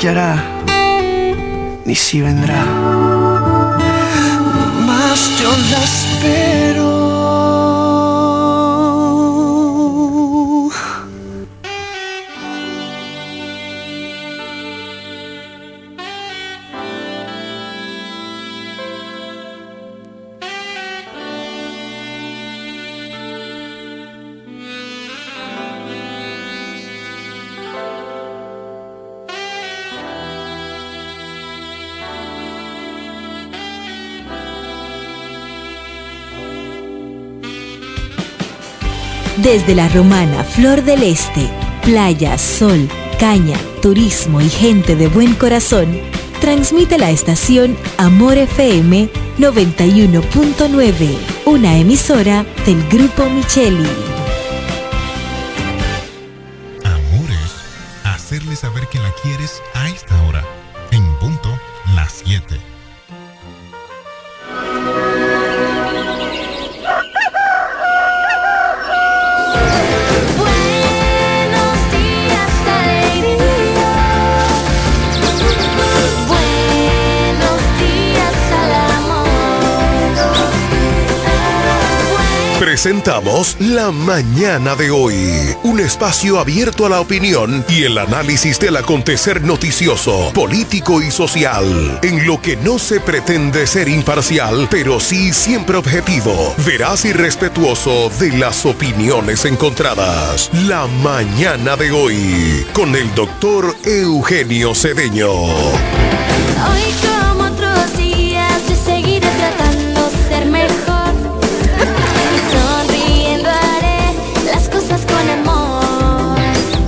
hallará, ni si vendrá. Mas yo la espero. Desde la romana Flor del Este, playa, sol, caña, turismo y gente de buen corazón, transmite la estación Amor FM 91.9, una emisora del Grupo Micheli. Amor es hacerle saber que la quieres a esta hora, en punto las 7. Presentamos La Mañana de Hoy, un espacio abierto a la opinión y el análisis del acontecer noticioso, político y social, en lo que no se pretende ser imparcial, pero sí siempre objetivo, veraz y respetuoso de las opiniones encontradas. La Mañana de Hoy, con el doctor Eugenio Cedeño. Hoy como otros días yo seguiré tratando de ser mejor. Sonriendo haré las cosas con amor.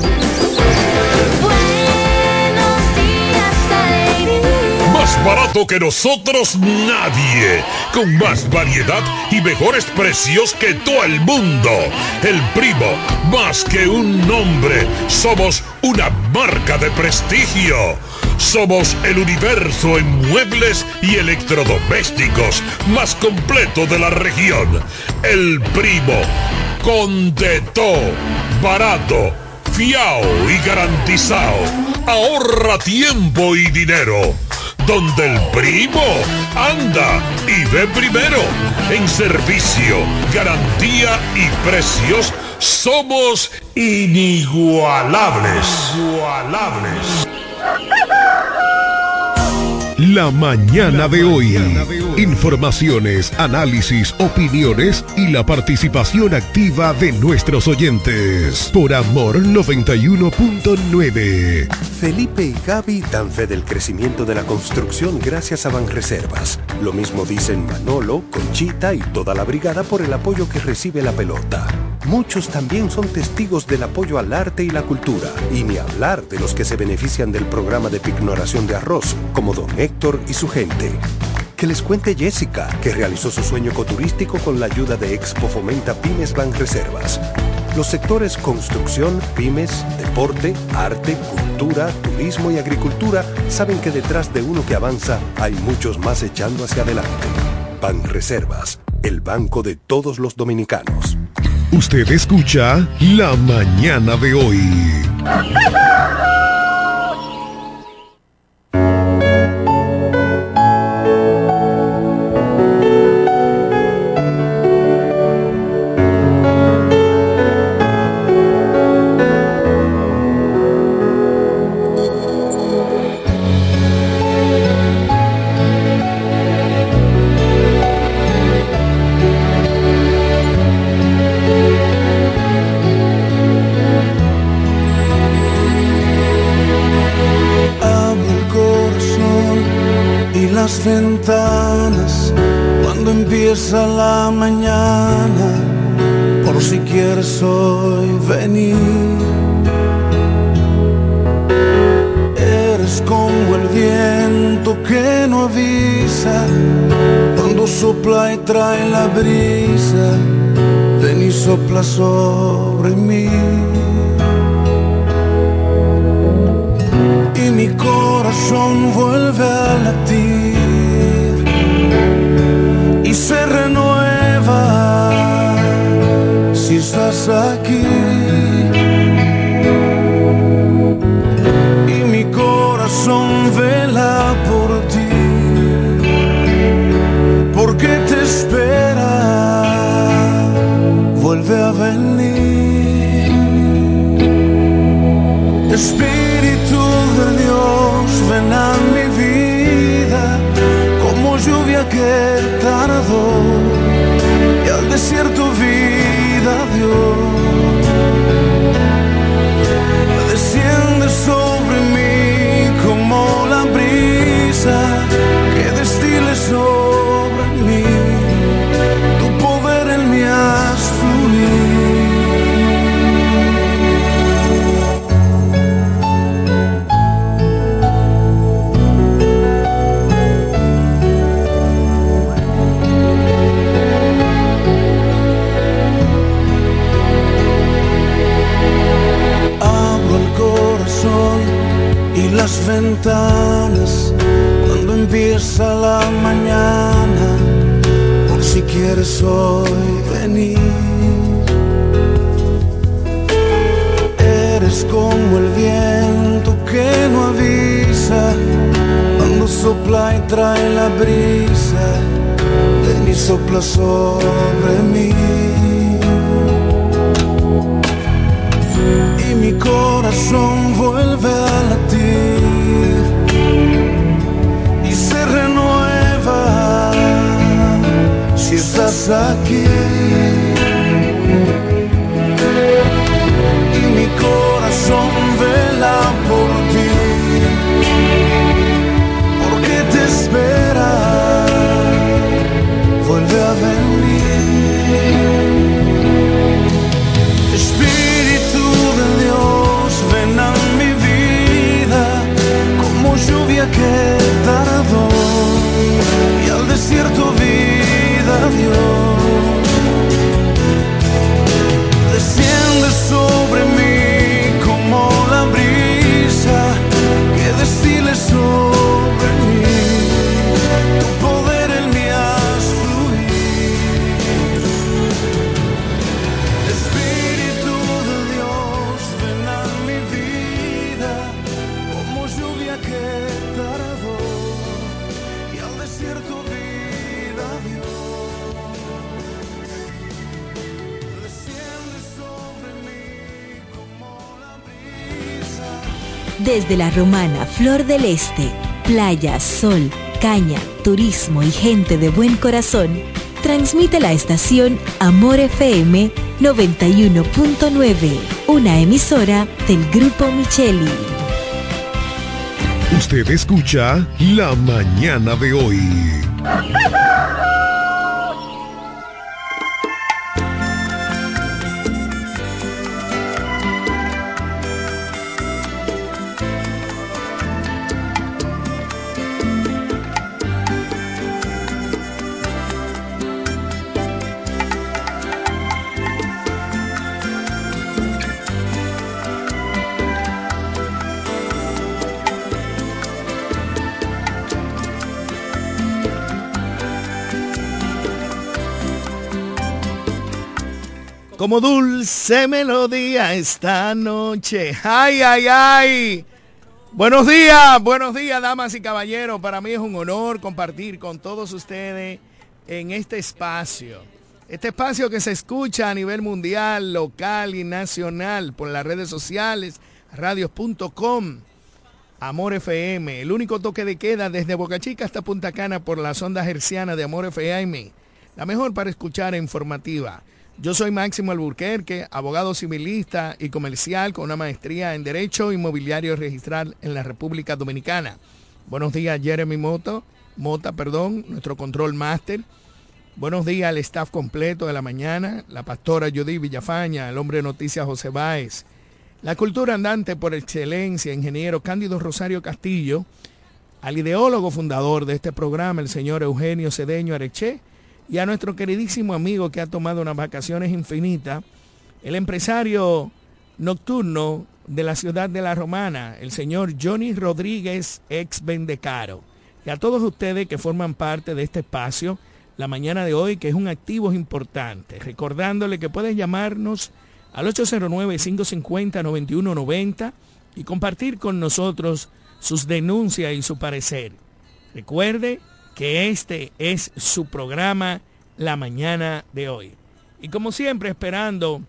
Buenos días, alegría. Más barato que nosotros nadie. Con más variedad y mejores precios que todo el mundo. El Primo, más que un nombre, somos una marca de prestigio. Somos el universo en muebles y electrodomésticos más completo de la región. El Primo, con de todo, barato, fiao y garantizado. Ahorra tiempo y dinero. Donde el Primo anda y ve primero. En servicio, garantía y precios somos inigualables. La Mañana de Hoy. Informaciones, análisis, opiniones y la participación activa de nuestros oyentes. Por Amor 91.9. Felipe y Gaby dan fe del crecimiento de la construcción gracias a Banreservas. Lo mismo dicen Manolo, Conchita y toda la brigada por el apoyo que recibe la pelota. Muchos también son testigos del apoyo al arte y la cultura, y ni hablar de los que se benefician del programa de pignoración de arroz, como don Héctor y su gente. Que les cuente Jessica, que realizó su sueño ecoturístico con la ayuda de Expo Fomenta Pymes Banreservas. Los sectores construcción, pymes, deporte, arte, cultura, turismo y agricultura saben que detrás de uno que avanza hay muchos más echando hacia adelante. Banreservas, el banco de todos los dominicanos. Usted escucha La Mañana de Hoy. Ventanas cuando empieza la mañana, por si quieres hoy venir. Eres como el viento que no avisa, cuando sopla y trae la brisa, ven y sopla sobre mí. Y mi corazón vuelve a latir y se renueva si estás aquí. Y mi corazón lluvia que tardó y al desierto vida dio. Desciende sobre mí como la brisa que destile sobre mí. Tu poder en mí haz fluir. Y las ventanas cuando empieza la mañana, por si quieres hoy venir. Eres como el viento que no avisa, cuando sopla y trae la brisa, ven y sopla sobre mí. Y mi corazón vuelve a latir y se renueva si estás aquí. Y mi corazón vela por ti, porque te espera, vuelve a venir. Ven a mi vida como lluvia que tardó y al desierto vida dio. Desciende sobre mí como la brisa que destile sobre mí. Tu poder en mí haz fluir. Espíritu de Dios, ven a mi vida como lluvia que tardó y al desierto vida dio. Desciende sobre mí como la brisa. Desde la Romana Flor del Este, playa, sol, caña, turismo y gente de buen corazón, transmite la estación Amor FM 91.9, una emisora del Grupo Micheli. Usted escucha La Mañana de hoy. Como dulce melodía esta noche. ¡Ay, ay, ay! Buenos días, damas y caballeros. Para mí es un honor compartir con todos ustedes en este espacio. Este espacio que se escucha a nivel mundial, local y nacional por las redes sociales, radios.com, Amor FM, el único toque de queda desde Boca Chica hasta Punta Cana por las ondas hercianas de Amor FM, la mejor para escuchar e informativa. Yo soy Máximo Alburquerque, abogado civilista y comercial con una maestría en Derecho Inmobiliario Registral en la República Dominicana. Buenos días, Jeremy Mota, nuestro control máster. Buenos días al staff completo de la mañana, la pastora Judy Villafaña, el hombre de noticias José Báez, la cultura andante por excelencia, ingeniero Cándido Rosario Castillo, al ideólogo fundador de este programa, el señor Eugenio Cedeño Areche, y a nuestro queridísimo amigo que ha tomado unas vacaciones infinitas, el empresario nocturno de la ciudad de La Romana, el señor Johnny Rodríguez, ex Vendecaro. Y a todos ustedes que forman parte de este espacio, la mañana de hoy, que es un activo importante. Recordándole que pueden llamarnos al 809-550-9190 y compartir con nosotros sus denuncias y su parecer. Recuerde que este es su programa La Mañana de hoy. Y como siempre, esperando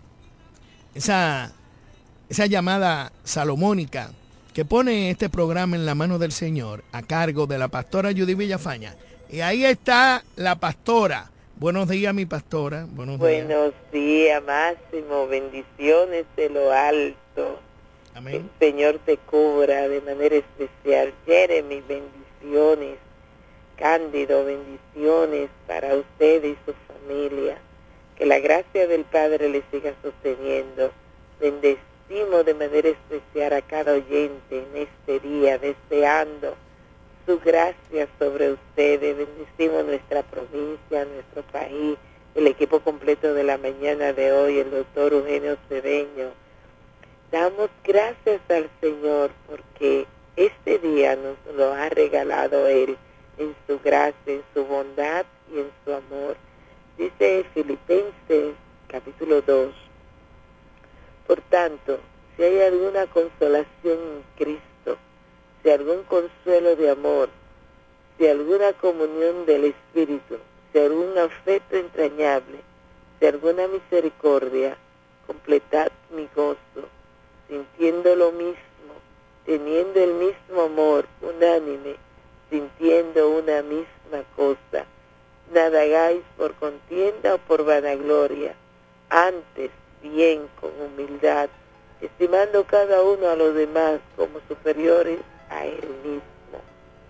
esa llamada salomónica que pone este programa en la mano del Señor, a cargo de la pastora Judy Villafaña. Y ahí está la pastora. Buenos días, mi pastora. Buenos días, Máximo. Bendiciones de lo alto. Amén. Que el Señor te cubra de manera especial. Jeremy, bendiciones. Cándido, bendiciones para usted y su familia. Que la gracia del Padre le siga sosteniendo. Bendecimos de manera especial a cada oyente en este día, deseando su gracia sobre ustedes. Bendecimos nuestra provincia, nuestro país, el equipo completo de la mañana de hoy, el doctor Eugenio Cedeño. Damos gracias al Señor porque este día nos lo ha regalado Él en su gracia, en su bondad y en su amor. Dice Filipenses capítulo 2. Por tanto, si hay alguna consolación en Cristo, si algún consuelo de amor, si alguna comunión del Espíritu, si algún afecto entrañable, si alguna misericordia, completad mi gozo, sintiendo lo mismo, teniendo el mismo amor, unánime, sintiendo una misma cosa. Nada hagáis por contienda o por vanagloria, antes bien con humildad, estimando cada uno a los demás como superiores a él mismo.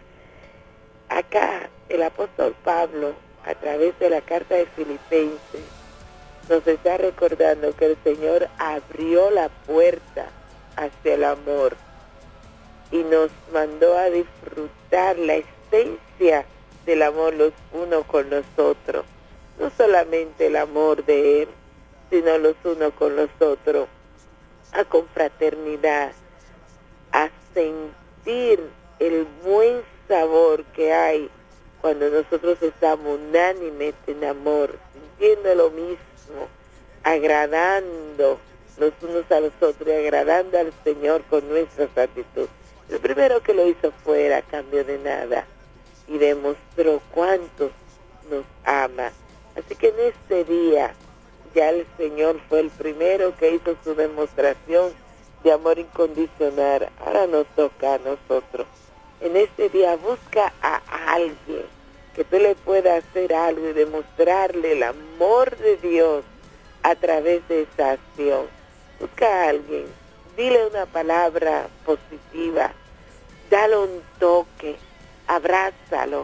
Acá el apóstol Pablo, a través de la carta de Filipenses, nos está recordando que el Señor abrió la puerta hacia el amor y nos mandó a disfrutar la esencia del amor los unos con los otros. No solamente el amor de Él, sino los unos con los otros, a confraternidad, a sentir el buen sabor que hay cuando nosotros estamos unánimes en amor, sintiendo lo mismo, agradando los unos a los otros y agradando al Señor con nuestras actitudes. El primero que lo hizo fue a cambio de nada y demostró cuánto nos ama. Así que en este día ya el Señor fue el primero que hizo su demostración de amor incondicional. Ahora nos toca a nosotros. En este día busca a alguien que tú le puedas hacer algo y demostrarle el amor de Dios a través de esa acción. Busca a alguien, dile una palabra positiva, dale un toque, abrázalo,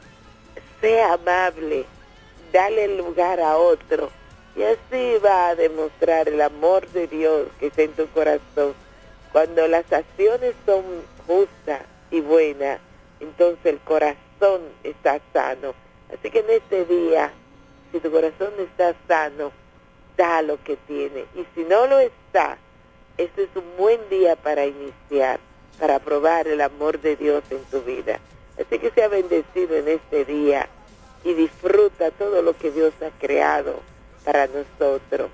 sea amable, dale lugar a otro. Y así va a demostrar el amor de Dios que está en tu corazón. Cuando las acciones son justas y buenas, entonces el corazón está sano. Así que en este día, si tu corazón está sano, da lo que tiene. Y si no lo está, este es un buen día para iniciar, para probar el amor de Dios en tu vida. Así que sea bendecido en este día y disfruta todo lo que Dios ha creado para nosotros.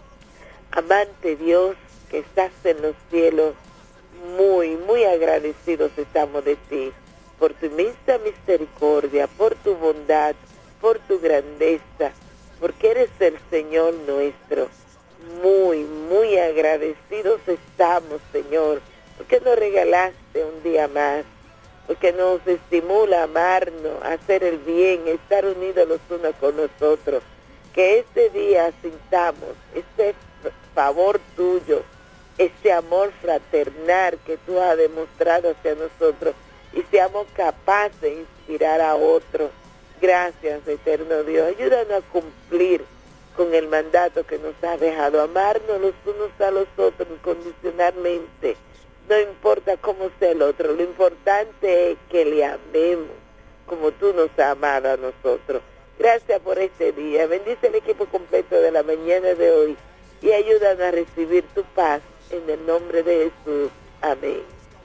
Amante Dios que estás en los cielos, muy, muy agradecidos estamos de ti, por tu inmensa misericordia, por tu bondad, por tu grandeza, porque eres el Señor nuestro. Muy, muy agradecidos estamos, Señor, porque nos regalaste un día más, porque nos estimula a amarnos, a hacer el bien, a estar unidos los unos con nosotros. Que este día sintamos ese favor tuyo, ese amor fraternal que tú has demostrado hacia nosotros y seamos capaces de inspirar a otros. Gracias, eterno Dios. Ayúdanos a cumplir con el mandato que nos has dejado, amarnos los unos a los otros incondicionalmente. No importa cómo sea el otro, lo importante es que le amemos como tú nos has amado a nosotros. Gracias por este día. Bendice el equipo completo de la mañana de hoy y ayúdanos a recibir tu paz en el nombre de Jesús. Amén.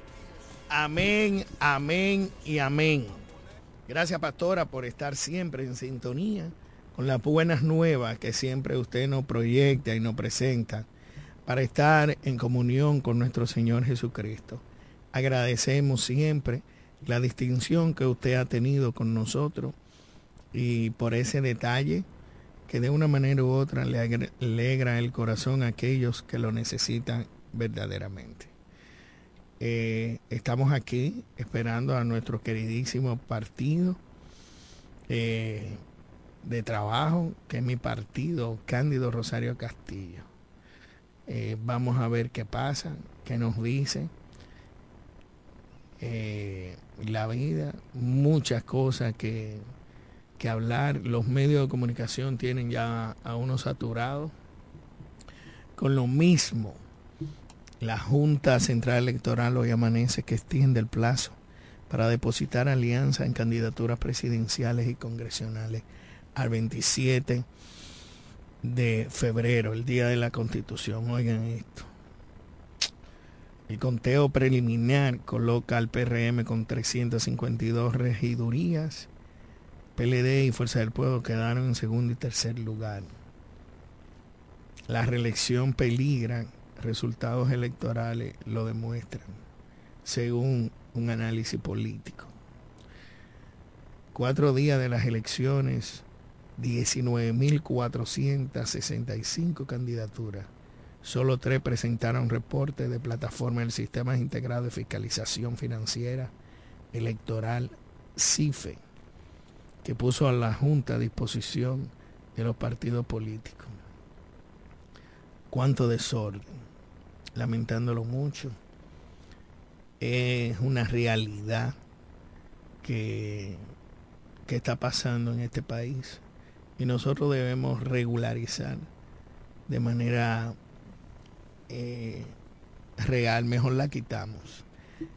Amén, amén y amén. Gracias, pastora, por estar siempre en sintonía con las buenas nuevas que siempre usted nos proyecta y nos presenta para estar en comunión con nuestro Señor Jesucristo. Agradecemos siempre la distinción que usted ha tenido con nosotros y por ese detalle que de una manera u otra le alegra el corazón a aquellos que lo necesitan verdaderamente. Estamos aquí esperando a nuestro queridísimo partido de trabajo, que es mi partido, Cándido Rosario Castillo. Vamos a ver qué pasa, qué nos dice. La vida, muchas cosas que hablar. Los medios de comunicación tienen ya a uno saturado. Con lo mismo, la Junta Central Electoral hoy amanece que extiende el plazo para depositar alianza en candidaturas presidenciales y congresionales al 27 de febrero, el día de la Constitución. Oigan esto. El conteo preliminar coloca al PRM con 352 regidurías. PLD y Fuerza del Pueblo quedaron en segundo y tercer lugar. La reelección peligra, resultados electorales lo demuestran, según un análisis político. 4 días de las elecciones, 19.465 candidaturas. Solo 3 presentaron reporte de plataforma del Sistema Integrado de Fiscalización Financiera Electoral, CIFE, que puso a la Junta a disposición de los partidos políticos. Cuánto desorden, lamentándolo mucho. Es una realidad que está pasando en este país y nosotros debemos regularizar de manera real. Mejor la quitamos.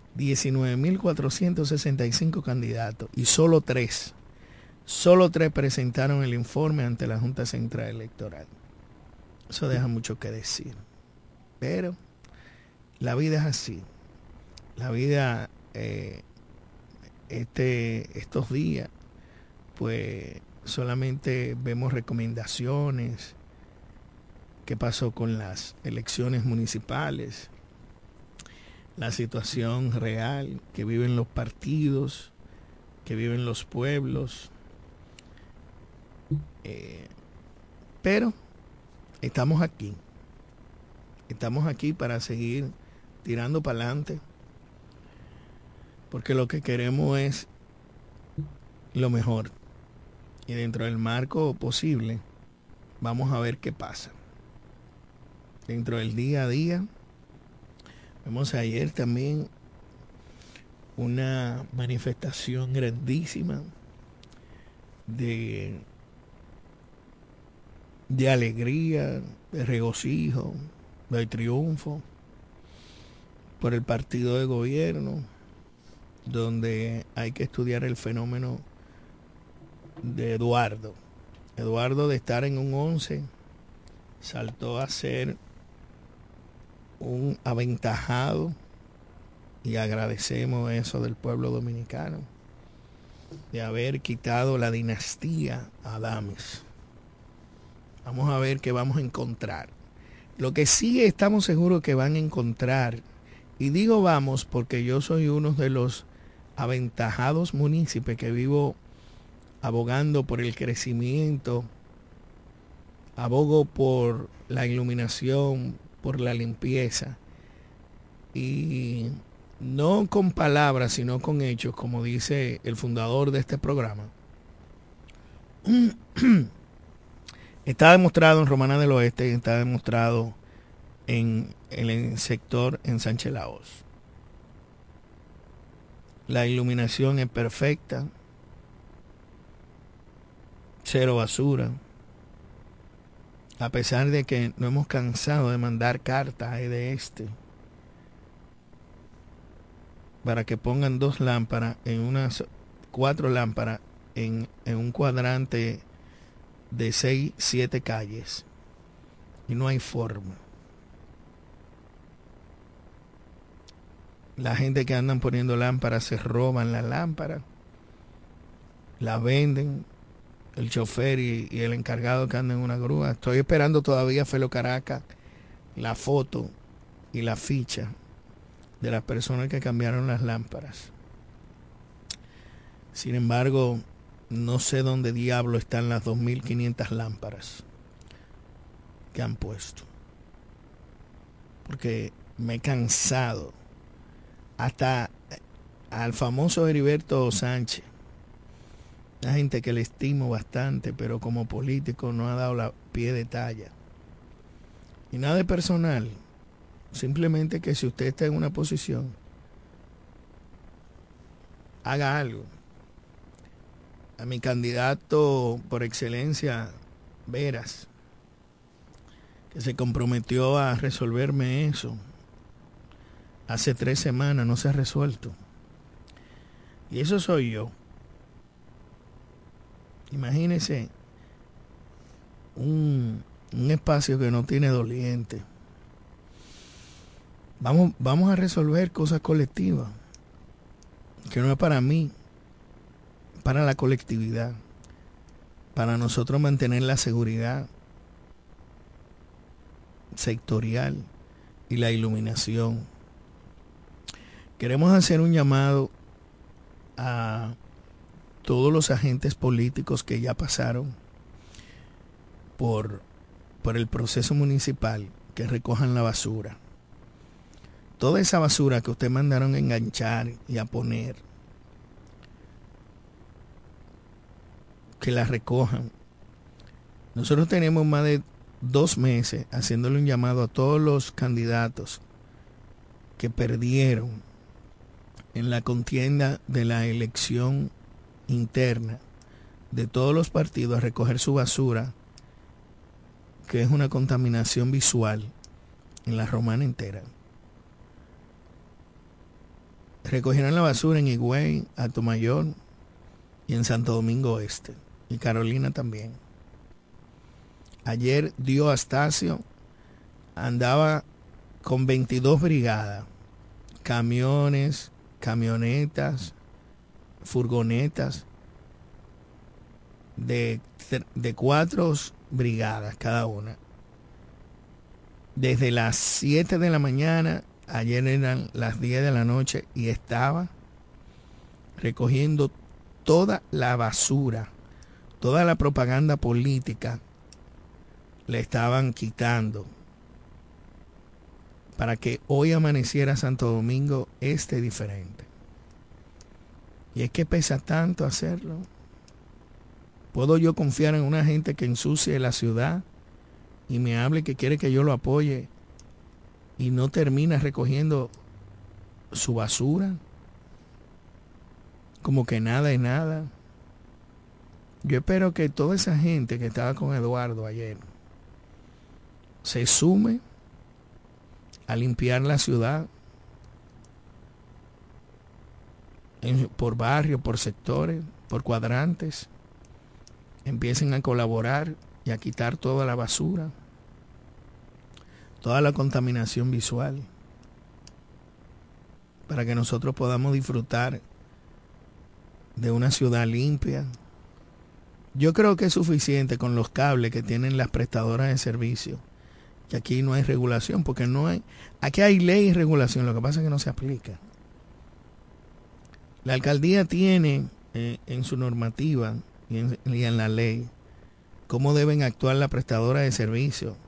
19.465 candidatos y solo 3 presentaron el informe ante la Junta Central Electoral. Eso deja mucho que decir, pero la vida es así. La vida estos días pues solamente vemos recomendaciones. ¿Qué pasó con las elecciones municipales? La situación real que viven los partidos, que viven los pueblos. Pero estamos aquí. Estamos aquí para seguir tirando para adelante. Porque lo que queremos es lo mejor. Y dentro del marco posible, vamos a ver qué pasa. Dentro del día a día, vemos ayer también una manifestación grandísima de alegría, de regocijo, de triunfo por el partido de gobierno, donde hay que estudiar el fenómeno de Eduardo. Eduardo, de estar en un 11, saltó a ser un aventajado, y agradecemos eso del pueblo dominicano, de haber quitado la dinastía Adames. Vamos a ver qué vamos a encontrar. Lo que sí estamos seguros que van a encontrar, y digo vamos porque yo soy uno de los aventajados municipios que vivo abogando por el crecimiento, abogo por la iluminación, por la limpieza, y no con palabras sino con hechos, como dice el fundador de este programa. Está demostrado en Romana del Oeste, está demostrado en el sector en Sánchez Laos. La iluminación es perfecta, cero basura. A pesar de que no hemos cansado de mandar cartas a EDESTE para que pongan 2 lámparas en 4 lámparas en un cuadrante de 6, 7 calles, y no hay forma. La gente que andan poniendo lámparas se roban las lámparas, las venden. El chofer y el encargado que anda en una grúa. Estoy esperando todavía, Felo Caracas, la foto y la ficha de las personas que cambiaron las lámparas. Sin embargo, no sé dónde diablo están las 2.500 lámparas que han puesto. Porque me he cansado. Hasta al famoso Heriberto Sánchez Una gente que le estimo bastante, pero como político no ha dado la pie de talla. Y nada de personal. Simplemente que si usted está en una posición, haga algo. A mi candidato por excelencia, Veras, que se comprometió a resolverme eso. Hace 3 semanas no se ha resuelto. Y eso soy yo. Imagínese un espacio que no tiene doliente. Vamos a resolver cosas colectivas, que no es para mí, para la colectividad, para nosotros mantener la seguridad sectorial y la iluminación. Queremos hacer un llamado a todos los agentes políticos que ya pasaron por el proceso municipal, que recojan la basura. Toda esa basura que ustedes mandaron a enganchar y a poner, que la recojan. Nosotros tenemos más de 2 meses haciéndole un llamado a todos los candidatos que perdieron en la contienda de la elección interna de todos los partidos a recoger su basura, que es una contaminación visual en la Romana entera. Recogieron la basura en Higüey, Atomayor y en Santo Domingo Este, y Carolina también. Ayer Dio Astacio andaba con 22 brigadas, camiones, camionetas, furgonetas de 4 brigadas cada una. Desde las 7 de la mañana, ayer eran las 10 de la noche, y estaba recogiendo toda la basura, toda la propaganda política le estaban quitando para que hoy amaneciera Santo Domingo Este diferente. Y es que pesa tanto hacerlo. ¿Puedo yo confiar en una gente que ensucie la ciudad y me hable que quiere que yo lo apoye y no termina recogiendo su basura? Como que nada es nada. Yo espero que toda esa gente que estaba con Eduardo ayer se sume a limpiar la ciudad por barrios, por sectores, por cuadrantes. Empiecen a colaborar y a quitar toda la basura, toda la contaminación visual, para que nosotros podamos disfrutar de una ciudad limpia. Yo creo que es suficiente con los cables que tienen las prestadoras de servicio, que aquí no hay regulación, porque no hay, aquí hay ley y regulación, lo que pasa es que no se aplica. La alcaldía tiene en su normativa y en la ley cómo deben actuar la prestadora de servicio.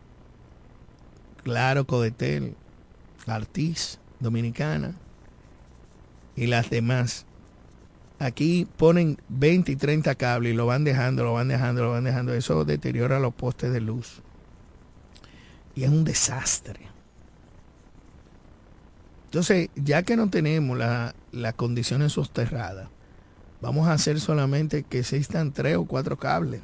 Claro, Codetel, Artis, Dominicana y las demás. Aquí ponen 20 y 30 cables y lo van dejando. Eso deteriora los postes de luz. Y es un desastre. Entonces, ya que no tenemos las condiciones soterradas, vamos a hacer solamente que existan 3 o 4 cables.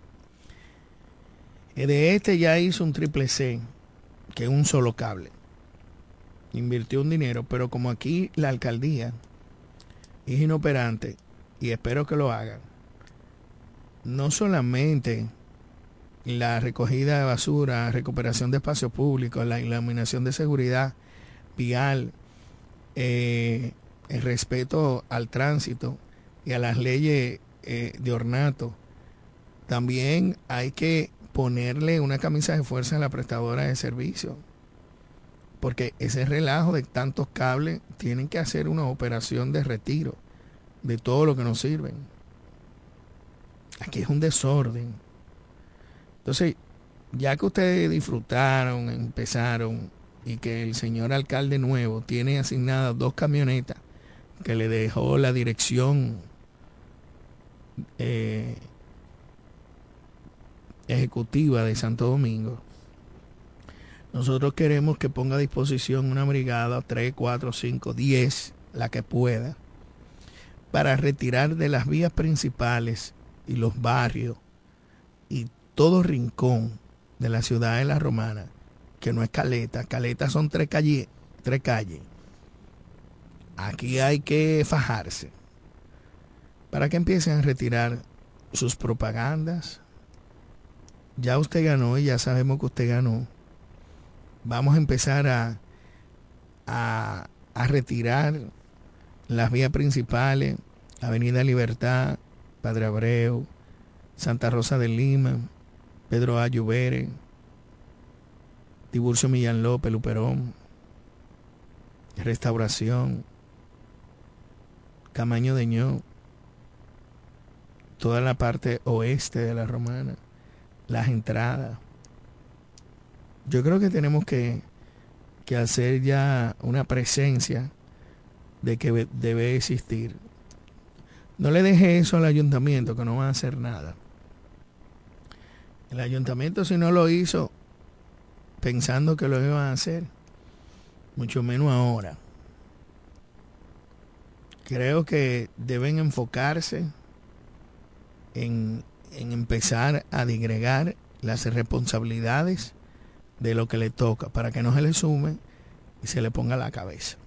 De este ya hizo un triple C, que es un solo cable. Invirtió un dinero, pero como aquí la alcaldía es inoperante, y espero que lo hagan, no solamente la recogida de basura, recuperación de espacios públicos, la iluminación de seguridad vial, el respeto al tránsito y a las leyes de ornato, también hay que ponerle una camisa de fuerza a la prestadora de servicio, porque ese relajo de tantos cables, tienen que hacer una operación de retiro de todo lo que nos sirven. Aquí es un desorden. Entonces, ya que ustedes disfrutaron, empezaron, y que el señor alcalde nuevo tiene asignadas 2 camionetas que le dejó la dirección ejecutiva de Santo Domingo, nosotros queremos que ponga a disposición una brigada, 3, 4, 5, 10, la que pueda, para retirar de las vías principales y los barrios y todo rincón de la ciudad de La Romana, que no es Caleta. Caleta son 3 calles. Aquí hay que fajarse para que empiecen a retirar sus propagandas. Ya usted ganó y ya sabemos que usted ganó. Vamos a empezar a retirar las vías principales, Avenida Libertad, Padre Abreu, Santa Rosa de Lima, Pedro A. Lluvere, Tiburcio Millán López, Luperón, Restauración, Camaño de Ño, toda la parte oeste de La Romana, las entradas. Yo creo que tenemos que hacer ya una presencia de que debe existir. No le deje eso al ayuntamiento, que no va a hacer nada. El ayuntamiento, si no lo hizo pensando que lo iban a hacer, mucho menos ahora. Creo que deben enfocarse en empezar a digregar las responsabilidades de lo que le toca, para que no se le sume y se le ponga a la cabeza.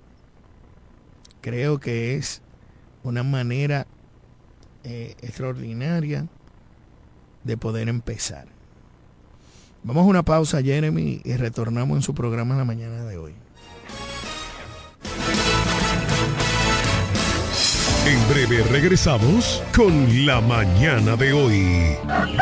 Creo que es una manera extraordinaria de poder empezar. Vamos a una pausa, Jeremy, y retornamos en su programa en la mañana de hoy. En breve regresamos con La Mañana de hoy.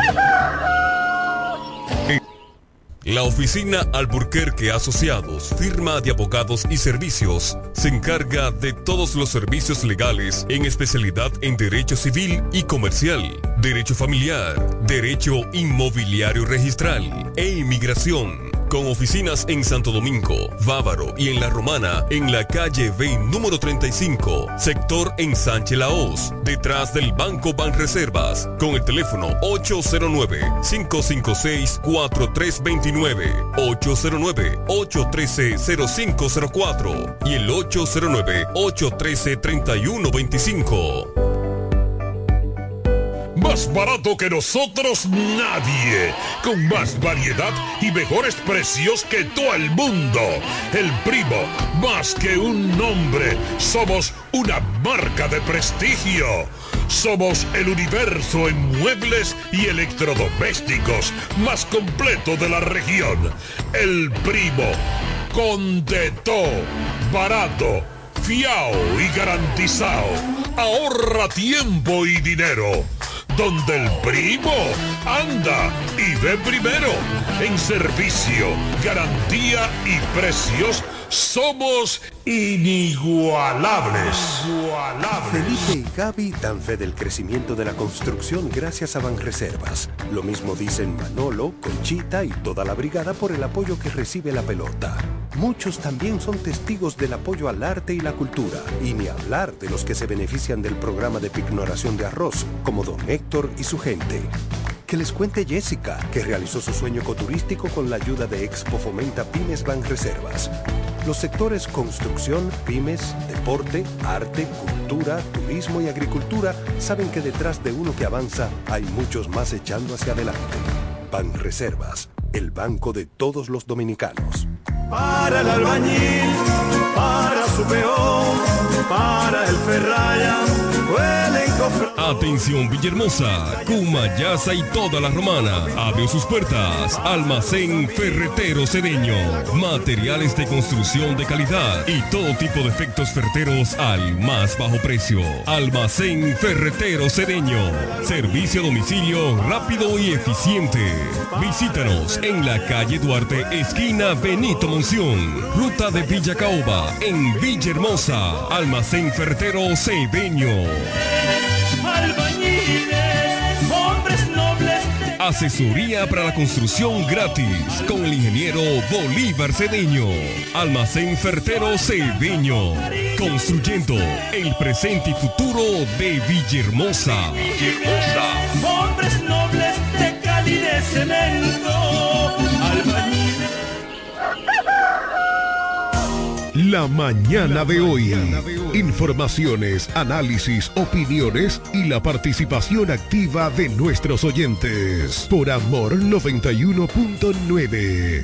La oficina Alburquerque Asociados, firma de abogados y servicios, se encarga de todos los servicios legales en especialidad en derecho civil y comercial, derecho familiar, derecho inmobiliario registral e inmigración. Con oficinas en Santo Domingo, Bávaro y en La Romana, en la calle B número 35, sector Ensanche La Hoz, detrás del Banco Banreservas, con el teléfono 809-556-4329, 809-813-0504 y el 809-813-3125. Más barato que nosotros nadie, con más variedad y mejores precios que todo el mundo. El Primo, más que un nombre, somos una marca de prestigio. Somos el universo en muebles y electrodomésticos más completo de la región. El Primo, con de todo, barato, fiao y garantizado. Ahorra tiempo y dinero. Donde el Primo anda y ve primero. En servicio, garantía y precios somos inigualables. Felipe y Gaby dan fe del crecimiento de la construcción gracias a Banreservas. Lo mismo dicen Manolo, Conchita y toda la brigada por el apoyo que recibe la pelota. Muchos también son testigos del apoyo al arte y la cultura, y ni hablar de los que se benefician del programa de pignoración de arroz, como don Héctor y su gente. Que les cuente Jessica, que realizó su sueño ecoturístico con la ayuda de Expo Fomenta Pymes Banreservas. Los sectores construcción, pymes, deporte, arte, cultura, turismo y agricultura saben que detrás de uno que avanza hay muchos más echando hacia adelante. Banreservas, el banco de todos los dominicanos. Para el albañil, para su peón, para el ferraya, huele y cofre. Atención Villahermosa, Cumayasa y toda La Romana. Abre sus puertas. Almacén Ferretero Cedeño. Materiales de construcción de calidad y todo tipo de efectos ferreteros al más bajo precio. Almacén Ferretero Cedeño. Servicio a domicilio rápido y eficiente. Visítanos en la calle Duarte, esquina Benito Monción. Ruta de Villa Caoba, en Villahermosa. Almacén Ferretero Cedeño. Albañiles, hombres nobles. Asesoría para la construcción gratis con el ingeniero Bolívar Cedeño. Almacén Ferretero Cedeño. Construyendo el presente y futuro de Villahermosa. Hombres nobles de Cali de cemento, albañiles. La mañana de hoy. Informaciones, análisis, opiniones y la participación activa de nuestros oyentes. Por Amor 91.9.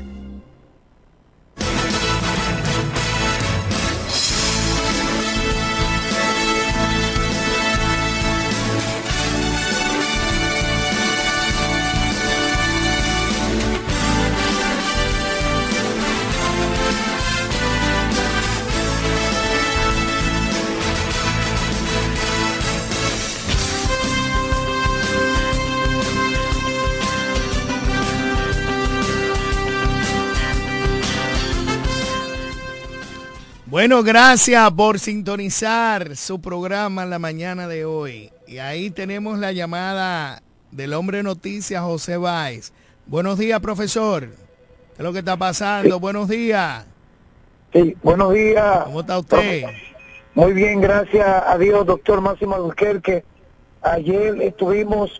Bueno, gracias por sintonizar su programa en la mañana de hoy. Y ahí tenemos la llamada del hombre noticias, José Báez. Buenos días, profesor. ¿Qué es lo que está pasando? Sí. Buenos días. Sí, buenos días. ¿Cómo está usted? Muy bien, gracias a Dios, doctor Máximo Albuquerque. Ayer estuvimos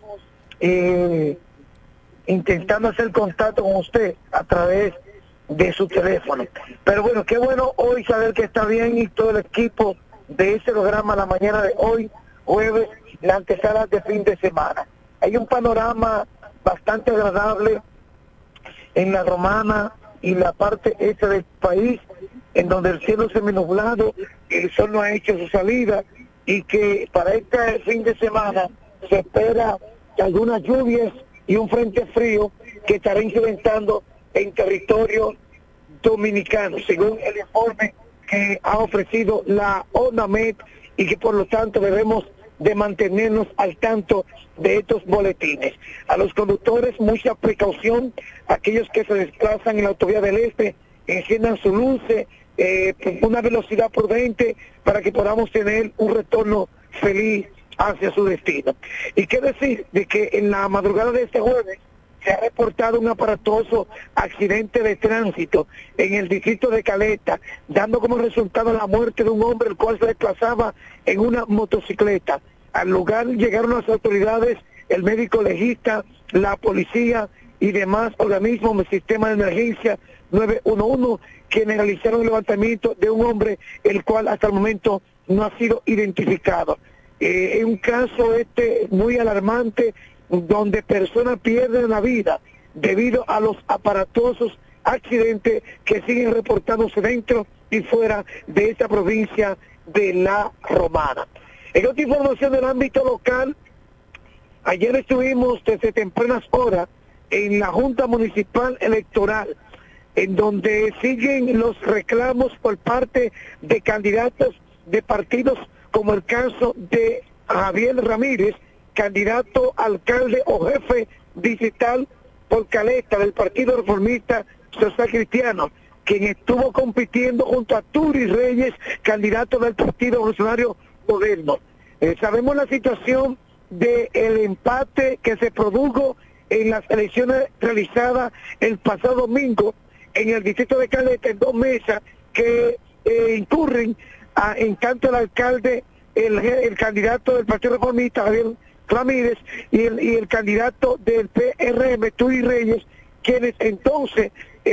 intentando hacer contacto con usted a través de su teléfono. Pero bueno, qué bueno hoy saber que está bien y todo el equipo de ese programa la mañana de hoy, jueves, la antesala de fin de semana. Hay un panorama bastante agradable en la Romana y la parte este del país, en donde el cielo seminublado, el sol no ha hecho su salida y que para este fin de semana se espera algunas lluvias y un frente frío que estará incidentando en territorio dominicano, según el informe que ha ofrecido la ONAMED, y que por lo tanto debemos de mantenernos al tanto de estos boletines. A los conductores, mucha precaución, aquellos que se desplazan en la autovía del Este, enciendan su luces, una velocidad prudente para que podamos tener un retorno feliz hacia su destino. Y qué decir de que en la madrugada de este jueves se ha reportado un aparatoso accidente de tránsito en el distrito de Caleta, dando como resultado la muerte de un hombre el cual se desplazaba en una motocicleta. Al lugar llegaron las autoridades, el médico legista, la policía y demás organismos del sistema de emergencia 911, quienes realizaron el levantamiento de un hombre el cual hasta el momento no ha sido identificado. Es un caso muy alarmante, donde personas pierden la vida debido a los aparatosos accidentes que siguen reportándose dentro y fuera de esta provincia de La Romana. En otra información del ámbito local, ayer estuvimos desde tempranas horas en la Junta Municipal Electoral, en donde siguen los reclamos por parte de candidatos de partidos, como el caso de Javier Ramírez, candidato alcalde o jefe distrital por Caleta del Partido Reformista Social Cristiano, quien estuvo compitiendo junto a Turi Reyes, candidato del Partido Revolucionario Moderno. Sabemos la situación del empate que se produjo en las elecciones realizadas el pasado domingo en el distrito de Caleta, en dos mesas que incurren en tanto el alcalde, el candidato del Partido Reformista, Javier Ramírez, y el candidato del PRM, Turi Reyes, quienes entonces,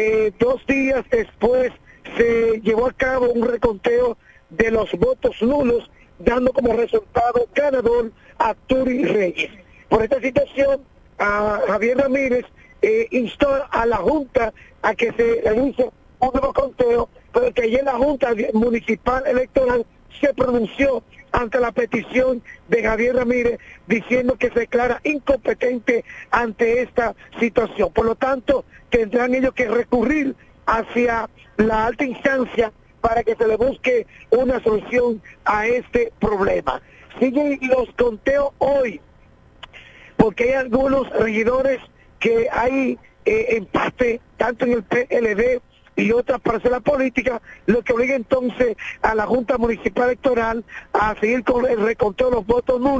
2 días después, se llevó a cabo un reconteo de los votos nulos, dando como resultado ganador a Turi Reyes. Por esta situación, a Javier Ramírez instó a la Junta a que se realice un nuevo conteo, pero que ayer la Junta Municipal Electoral se pronunció ante la petición de Javier Ramírez, diciendo que se declara incompetente ante esta situación. Por lo tanto, tendrán ellos que recurrir hacia la alta instancia para que se le busque una solución a este problema. Siguen los conteos hoy, porque hay algunos regidores que hay empate, tanto en el PLD y otras parcelas políticas, lo que obliga entonces a la Junta Municipal Electoral a seguir con el reconteo de los votos nulos,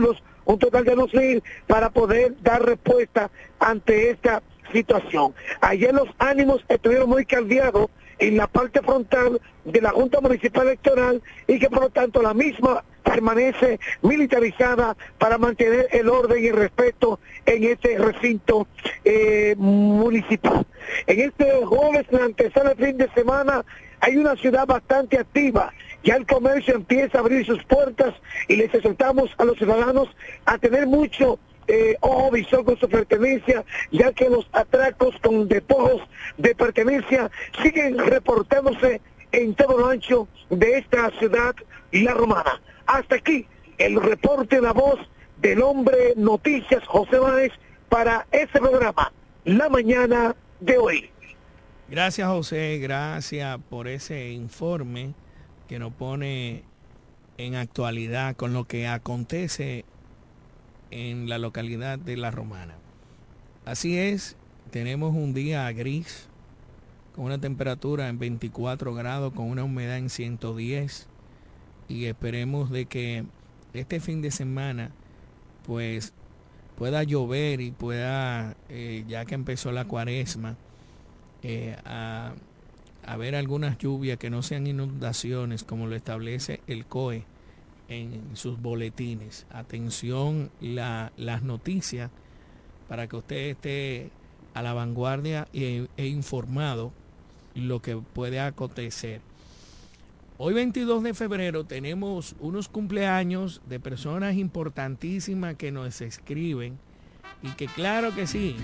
un total de 2.000 para poder dar respuesta ante esta situación. Ayer los ánimos estuvieron muy caldeados en la parte frontal de la Junta Municipal Electoral y que por lo tanto la misma permanece militarizada para mantener el orden y el respeto en este recinto municipal. En este jueves, la antesala del fin de semana, hay una ciudad bastante activa. Ya el comercio empieza a abrir sus puertas y les exhortamos a los ciudadanos a tener mucho ojo visor con su pertenencia, ya que los atracos con despojos de pertenencia siguen reportándose en todo lo ancho de esta ciudad La Romana. Hasta aquí el reporte, la voz del hombre noticias José Báez para este programa, La Mañana de hoy. Gracias, José, gracias por ese informe que nos pone en actualidad con lo que acontece en la localidad de La Romana. Así es, tenemos un día gris, con una temperatura en 24 grados, con una humedad en 110, y esperemos de que este fin de semana pues pueda llover y pueda, ya que empezó la cuaresma, a haber algunas lluvias que no sean inundaciones como lo establece el COE en sus boletines. Atención las noticias para que usted esté a la vanguardia e informado lo que puede acontecer. Hoy 22 de febrero tenemos unos cumpleaños de personas importantísimas que nos escriben y que claro que sí.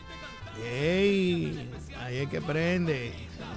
¡Ey! Ahí es que prende.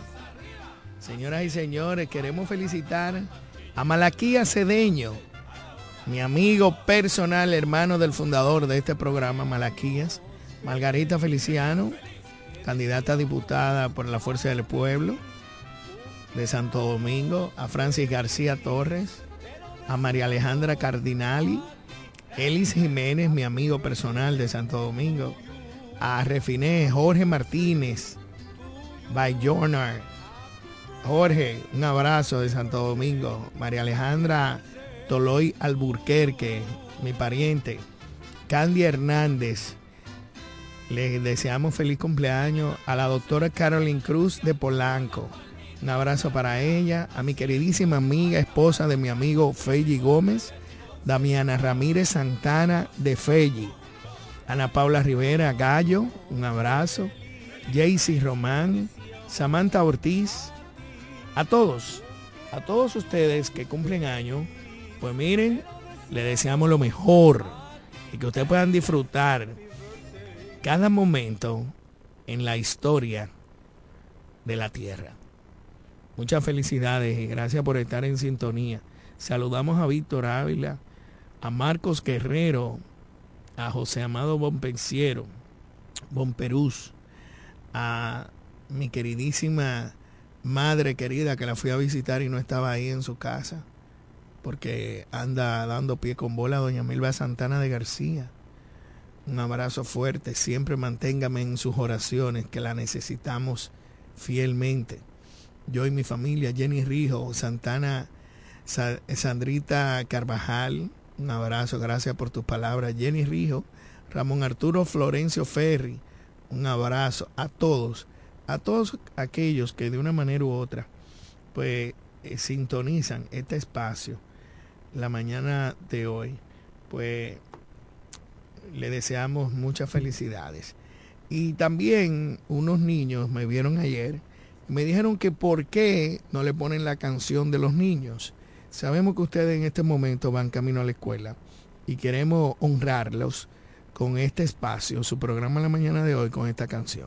Señoras y señores, queremos felicitar a Malaquías Cedeño, mi amigo personal, hermano del fundador de este programa, Malaquías, Margarita Feliciano, candidata a diputada por la Fuerza del Pueblo de Santo Domingo, a Francis García Torres, a María Alejandra Cardinali, Elis Jiménez, mi amigo personal de Santo Domingo, a Refiné, Jorge Martínez, Bayonar, Jorge, un abrazo de Santo Domingo, María Alejandra Toloy Alburquerque, mi pariente, Candy Hernández, le deseamos feliz cumpleaños a la doctora Carolyn Cruz de Polanco. Un abrazo para ella, a mi queridísima amiga, esposa de mi amigo Feji Gómez, Damiana Ramírez Santana de Feji, Ana Paula Rivera Gallo, un abrazo, Jaycee Román, Samantha Ortiz, a todos ustedes que cumplen años, pues miren, le deseamos lo mejor y que ustedes puedan disfrutar cada momento en la historia de la tierra. Muchas felicidades y gracias por estar en sintonía. Saludamos a Víctor Ávila, a Marcos Guerrero, a José Amado Bonpensiero, Bonperús, a mi queridísima madre querida que la fui a visitar y no estaba ahí en su casa porque anda dando pie con bola, doña Milva Santana de García. Un abrazo fuerte, siempre manténgame en sus oraciones que la necesitamos fielmente. Yo y mi familia, Jenny Rijo, Santana, Sandrita Carvajal, un abrazo, gracias por tus palabras. Jenny Rijo, Ramón Arturo Florencio Ferri, un abrazo a todos aquellos que de una manera u otra pues sintonizan este espacio la mañana de hoy. Pues le deseamos muchas felicidades. Y también unos niños me vieron ayer y me dijeron que por qué no le ponen la canción de los niños. Sabemos que ustedes en este momento van camino a la escuela y queremos honrarlos con este espacio, su programa la mañana de hoy con esta canción.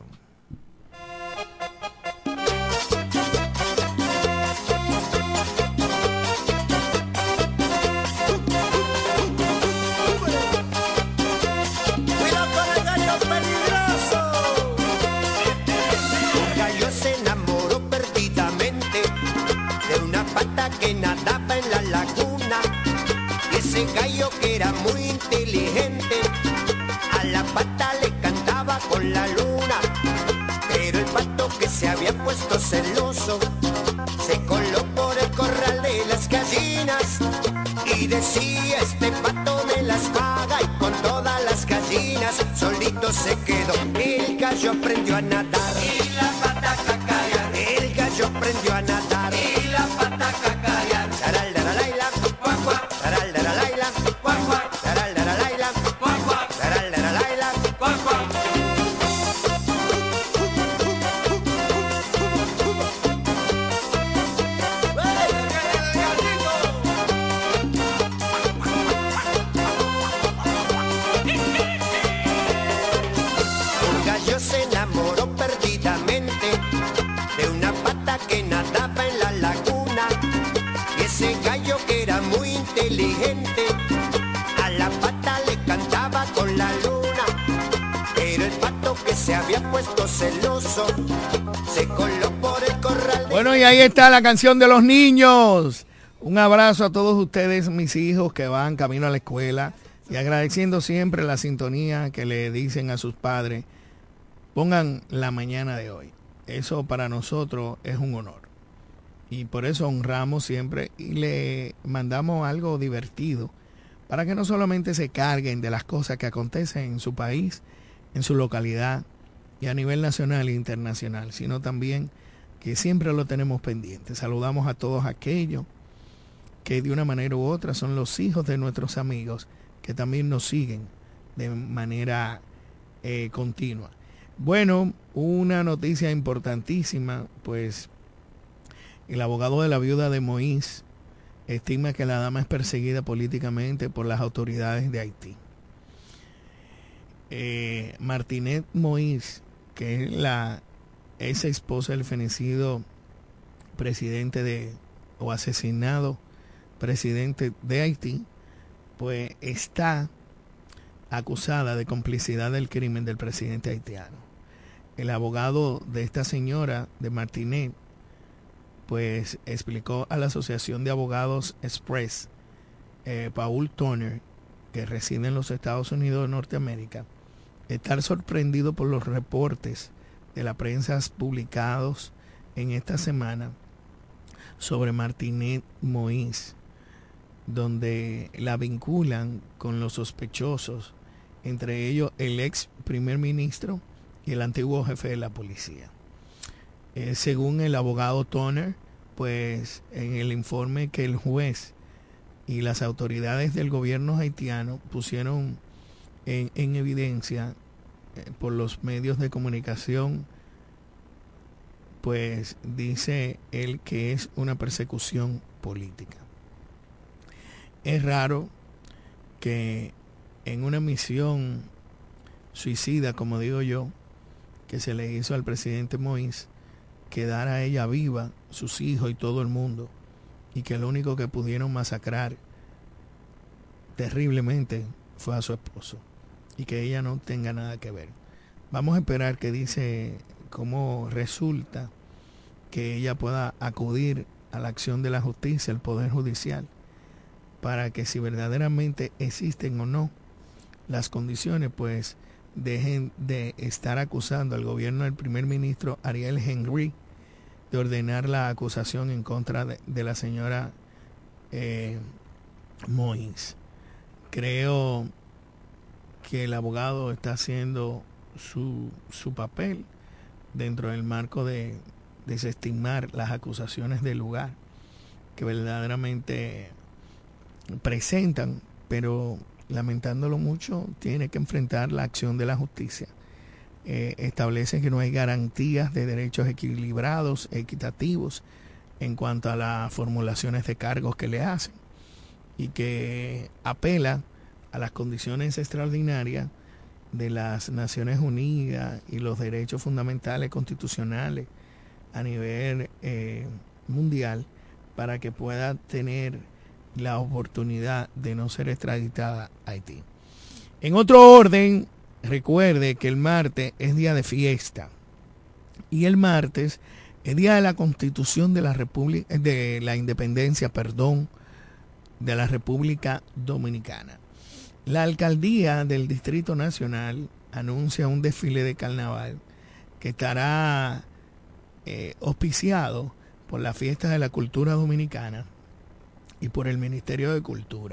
Que nadaba en la laguna y ese gallo que era muy inteligente a la pata le cantaba con la luna, pero el pato que se había puesto celoso se coló por el corral de las gallinas y decía: este pato me las paga y todas las gallinas, solito se quedó. El gallo aprendió a nadar y la pata cacarear. El gallo aprendió a nadar y la pata cacarear. Taraldaralaila, cuac cuac, taraldaralaila, cuac cuac, taraldaralaila, cuac cuac, taraldaralaila, cuac cuac. Un gallo se enamoró perdidamente de una pata que nadaba en la laguna. Y ese gallo que era muy inteligente, a la pata le cantaba con la luna. Pero el pato que se había puesto celoso se coló por el corral. Bueno, y ahí está la canción de los niños. Un abrazo a todos ustedes, mis hijos que van camino a la escuela, y agradeciendo siempre la sintonía que le dicen a sus padres. Pongan la mañana de hoy. Eso para nosotros es un honor. Y por eso honramos siempre y le mandamos algo divertido para que no solamente se carguen de las cosas que acontecen en su país, en su localidad y a nivel nacional e internacional, sino también que siempre lo tenemos pendiente. Saludamos a todos aquellos que de una manera u otra son los hijos de nuestros amigos que también nos siguen de manera continua. Bueno, una noticia importantísima, pues el abogado de la viuda de Moïse estima que la dama es perseguida políticamente por las autoridades de Haití. Martinette Moïse, que es la ex esposa del fenecido presidente o asesinado presidente de Haití, pues está acusada de complicidad del crimen del presidente haitiano. El abogado de esta señora, de Martinette, pues explicó a la Asociación de Abogados Express, Paul Turner, que reside en los Estados Unidos de Norteamérica, estar sorprendido por los reportes de la prensa publicados en esta semana sobre Martinette Moïse, donde la vinculan con los sospechosos, entre ellos el ex primer ministro y el antiguo jefe de la policía. Según el abogado Turner, pues en el informe que el juez y las autoridades del gobierno haitiano pusieron en evidencia por los medios de comunicación, pues dice él que es una persecución política. Es raro que en una misión suicida, como digo yo, que se le hizo al presidente Moïse, quedara ella viva, sus hijos y todo el mundo, y que lo único que pudieron masacrar terriblemente fue a su esposo, y que ella no tenga nada que ver. Vamos a esperar que dice cómo resulta que ella pueda acudir a la acción de la justicia, el Poder Judicial, para que si verdaderamente existen o no las condiciones, pues dejen de estar acusando al gobierno del primer ministro Ariel Henry de ordenar la acusación en contra de la señora Moïse. Creo que el abogado está haciendo su papel dentro del marco de desestimar las acusaciones del lugar que verdaderamente presentan, pero lamentándolo mucho, tiene que enfrentar la acción de la justicia. Establece que no hay garantías de derechos equilibrados, equitativos, en cuanto a las formulaciones de cargos que le hacen, y que apela a las condiciones extraordinarias de las Naciones Unidas y los derechos fundamentales constitucionales a nivel mundial para que pueda tener la oportunidad de no ser extraditada a Haití. En otro orden, recuerde que el martes es día de fiesta y el martes es día de la Constitución de la República, de la Independencia, de la República Dominicana. La alcaldía del Distrito Nacional anuncia un desfile de carnaval que estará auspiciado por la Fiesta de la Cultura Dominicana y por el Ministerio de Cultura.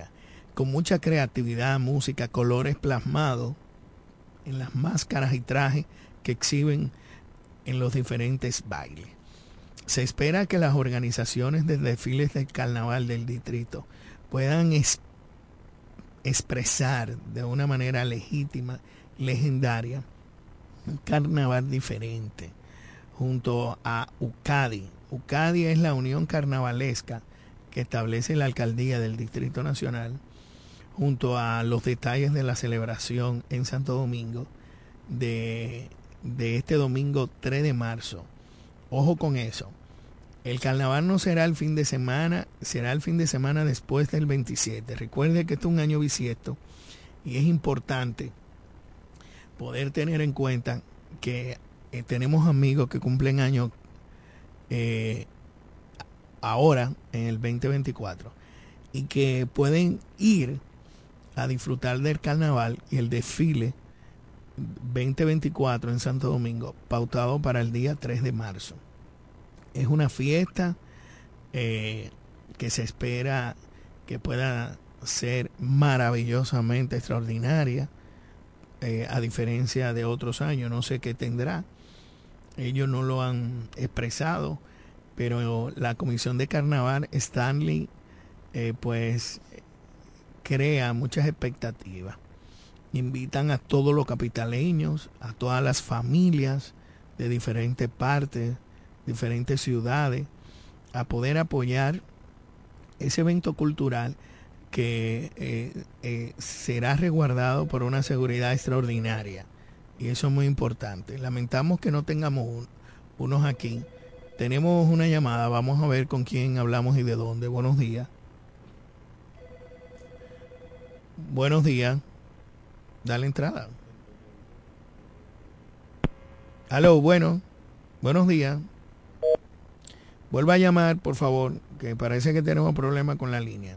con mucha creatividad, música, colores plasmados en las máscaras y trajes que exhiben en los diferentes bailes. Se espera que las organizaciones de desfiles del carnaval del distrito puedan expresar de una manera legítima, legendaria, un carnaval diferente junto a UCADI. UCADI es la unión carnavalesca que establece la alcaldía del Distrito Nacional, junto a los detalles de la celebración en Santo Domingo de este domingo 3 de marzo. Ojo con eso. El carnaval no será el fin de semana, será el fin de semana después del 27. Recuerde que esto es un año bisiesto y es importante poder tener en cuenta que tenemos amigos que cumplen años ahora en el 2024 y que pueden ir a disfrutar del carnaval y el desfile 2024 en Santo Domingo, pautado para el día 3 de marzo. Es una fiesta que se espera que pueda ser maravillosamente extraordinaria, a diferencia de otros años. No sé qué tendrá, ellos no lo han expresado, pero la Comisión de Carnaval Stanley pues crea muchas expectativas. Invitan a todos los capitaleños, a todas las familias de diferentes partes, diferentes ciudades, a poder apoyar ese evento cultural que será resguardado por una seguridad extraordinaria. Y eso es muy importante. Lamentamos que no tengamos unos aquí. Tenemos una llamada, vamos a ver con quién hablamos y de dónde. Buenos días. Buenos días. Dale entrada. Aló, buenos días. Vuelva a llamar, por favor, que parece que tenemos problemas con la línea.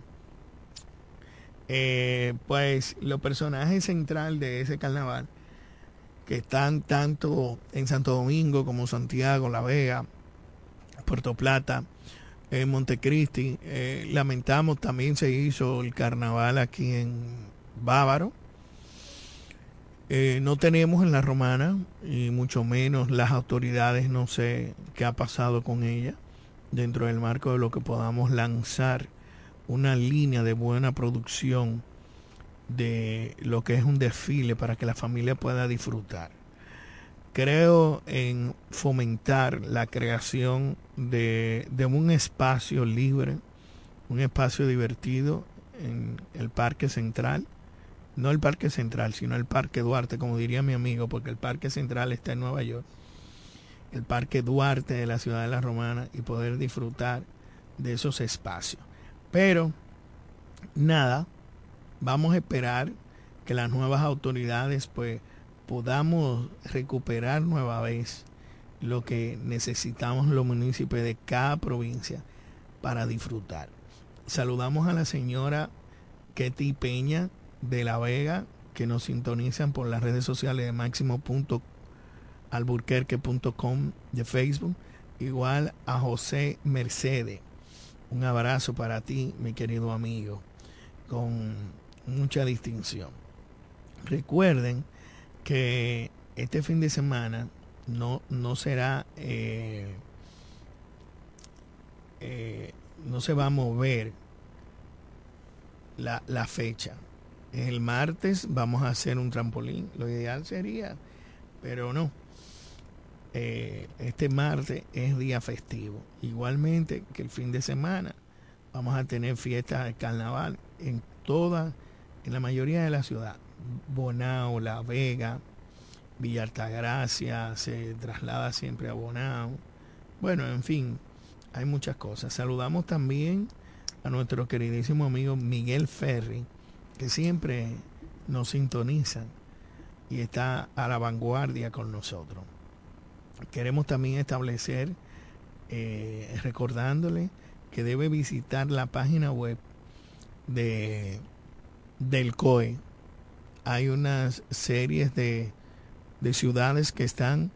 Pues los personajes centrales de ese carnaval, que están tanto en Santo Domingo como Santiago, La Vega, Puerto Plata, Montecristi. Lamentamos, también se hizo el carnaval aquí en Bávaro. No tenemos en La Romana, y mucho menos las autoridades, no sé qué ha pasado con ella, dentro del marco de lo que podamos lanzar una línea de buena producción de lo que es un desfile para que la familia pueda disfrutar. Creo en fomentar la creación de un espacio libre, un espacio divertido en el Parque Central. No el Parque Central, sino el Parque Duarte, como diría mi amigo, porque el Parque Central está en Nueva York. El Parque Duarte de la ciudad de La Romana, y poder disfrutar de esos espacios. Pero, nada, vamos a esperar que las nuevas autoridades pues podamos recuperar nueva vez lo que necesitamos los municipios de cada provincia para disfrutar. Saludamos a la señora Ketty Peña de La Vega, que nos sintonizan por las redes sociales de máximo.alburquerque.com de Facebook. Igual a José Mercedes. Un abrazo para ti, mi querido amigo, con mucha distinción. Recuerden que este fin de semana no será, no se va a mover la fecha. El martes vamos a hacer un trampolín. Lo ideal sería, pero no. Este martes es día festivo. Igualmente que el fin de semana vamos a tener fiestas de carnaval en la mayoría de la ciudad. Bonao, La Vega, Villa Altagracia se traslada siempre a Bonao. Bueno, en fin, hay muchas cosas. Saludamos también a nuestro queridísimo amigo Miguel Ferri, que siempre nos sintonizan y está a la vanguardia con nosotros. Queremos también establecer, recordándole que debe visitar la página web del COE. Hay unas series de ciudades que están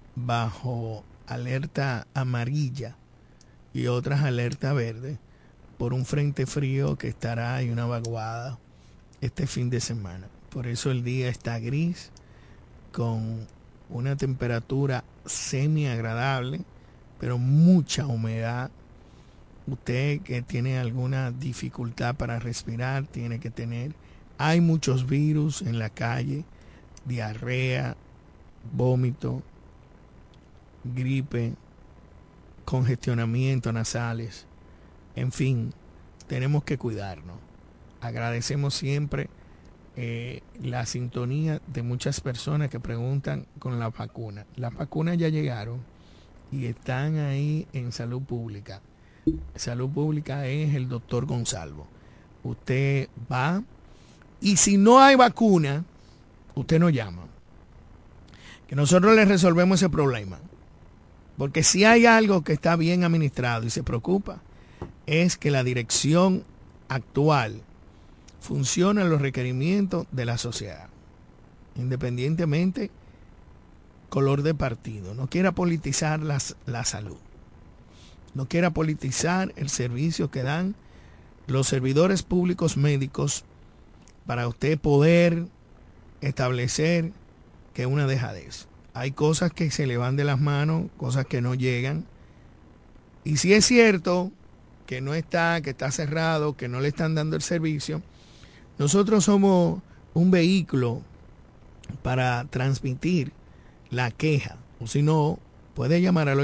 bajo alerta amarilla y otras alerta verde, por un frente frío que estará y una vaguada este fin de semana. Por eso el día está gris, con una temperatura semi agradable, pero mucha humedad. Usted que tiene alguna dificultad para respirar, tiene que tener. Hay muchos virus en la calle, diarrea, vómito, gripe, congestionamiento nasales. En fin, tenemos que cuidarnos. Agradecemos siempre la sintonía de muchas personas que preguntan con la vacuna. Las vacunas ya llegaron y están ahí en Salud Pública. Salud Pública es el doctor Gonzalo. Usted va y si no hay vacuna, usted nos llama. Que nosotros le resolvemos ese problema. Porque si hay algo que está bien administrado y se preocupa, es que la dirección actual funciona en los requerimientos de la sociedad, independientemente color de partido. No quiera politizar la salud. No quiera politizar el servicio que dan los servidores públicos médicos para usted poder establecer que es una dejadez. Hay cosas que se le van de las manos, cosas que no llegan. Y si es cierto que no está, que está cerrado, que no le están dando el servicio, nosotros somos un vehículo para transmitir la queja. O si no, puede llamar al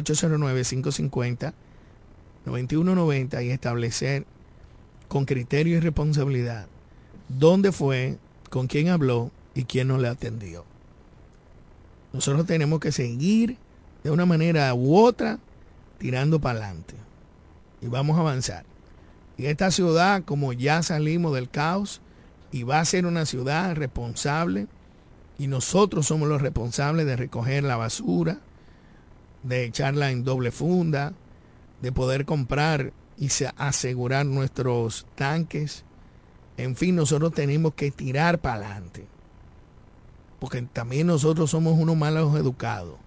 809-550-9190 y establecer con criterio y responsabilidad dónde fue, con quién habló y quién no le atendió. Nosotros tenemos que seguir de una manera u otra tirando para adelante y vamos a avanzar. Y esta ciudad, como ya salimos del caos, y va a ser una ciudad responsable, y nosotros somos los responsables de recoger la basura, de echarla en doble funda, de poder comprar y asegurar nuestros tanques. En fin, nosotros tenemos que tirar para adelante, porque también nosotros somos unos malos educados.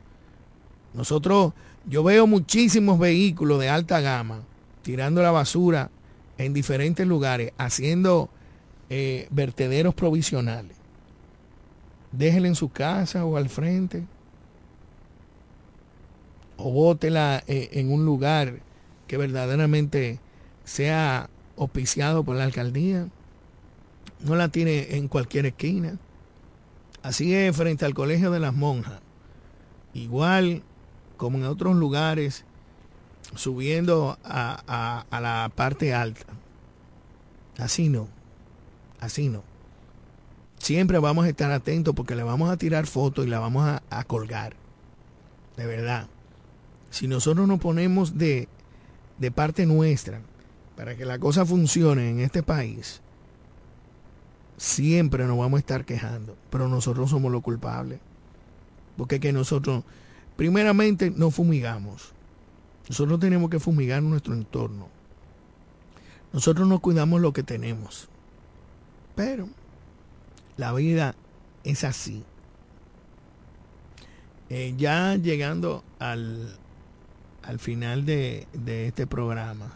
Yo veo muchísimos vehículos de alta gama tirando la basura en diferentes lugares, haciendo vertederos provisionales. Déjela en su casa o al frente, o bótela en un lugar que verdaderamente sea auspiciado por la alcaldía. No la tiene en cualquier esquina. Así es frente al Colegio de las Monjas, igual como en otros lugares, subiendo a la parte alta. Así no. Siempre vamos a estar atentos porque le vamos a tirar fotos y la vamos a colgar. De verdad. Si nosotros nos ponemos de parte nuestra para que la cosa funcione en este país, siempre nos vamos a estar quejando. Pero nosotros somos los culpables. Porque es que nosotros, primeramente, no fumigamos. Nosotros tenemos que fumigar nuestro entorno. Nosotros no cuidamos lo que tenemos. Pero la vida es así. Ya llegando al final de este programa,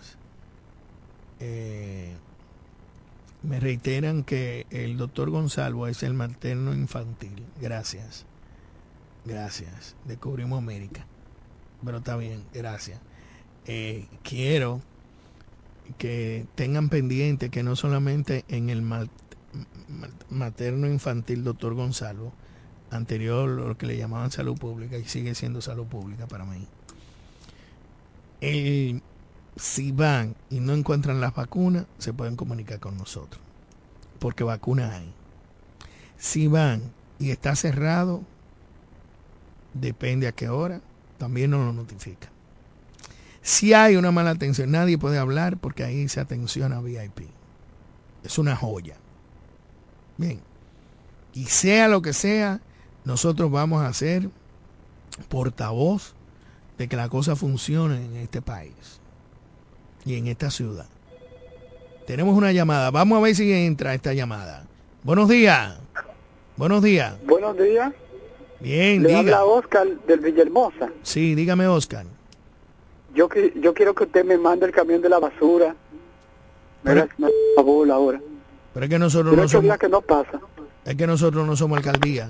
me reiteran que el doctor Gonzalo es el materno infantil. Gracias. Descubrimos América. Pero está bien, gracias. Quiero que tengan pendiente que no solamente en el materno infantil doctor Gonzalo, anterior lo que le llamaban Salud Pública y sigue siendo Salud Pública para mí, si van y no encuentran las vacunas, se pueden comunicar con nosotros, porque vacunas hay. Si van y está cerrado, depende a qué hora, también nos lo notifican. Si hay una mala atención, nadie puede hablar porque ahí se atención a VIP. Es una joya. Bien. Y sea lo que sea, nosotros vamos a ser portavoz de que la cosa funcione en este país y en esta ciudad. Tenemos una llamada. Vamos a ver si entra esta llamada. Buenos días. Buenos días. Bien, Le habla Oscar del Villahermosa. Sí, dígame, Oscar. Yo quiero que usted me mande el camión de la basura Me favor ahora. Pero es que nosotros no somos... que no pasa. Es que nosotros no somos alcaldía.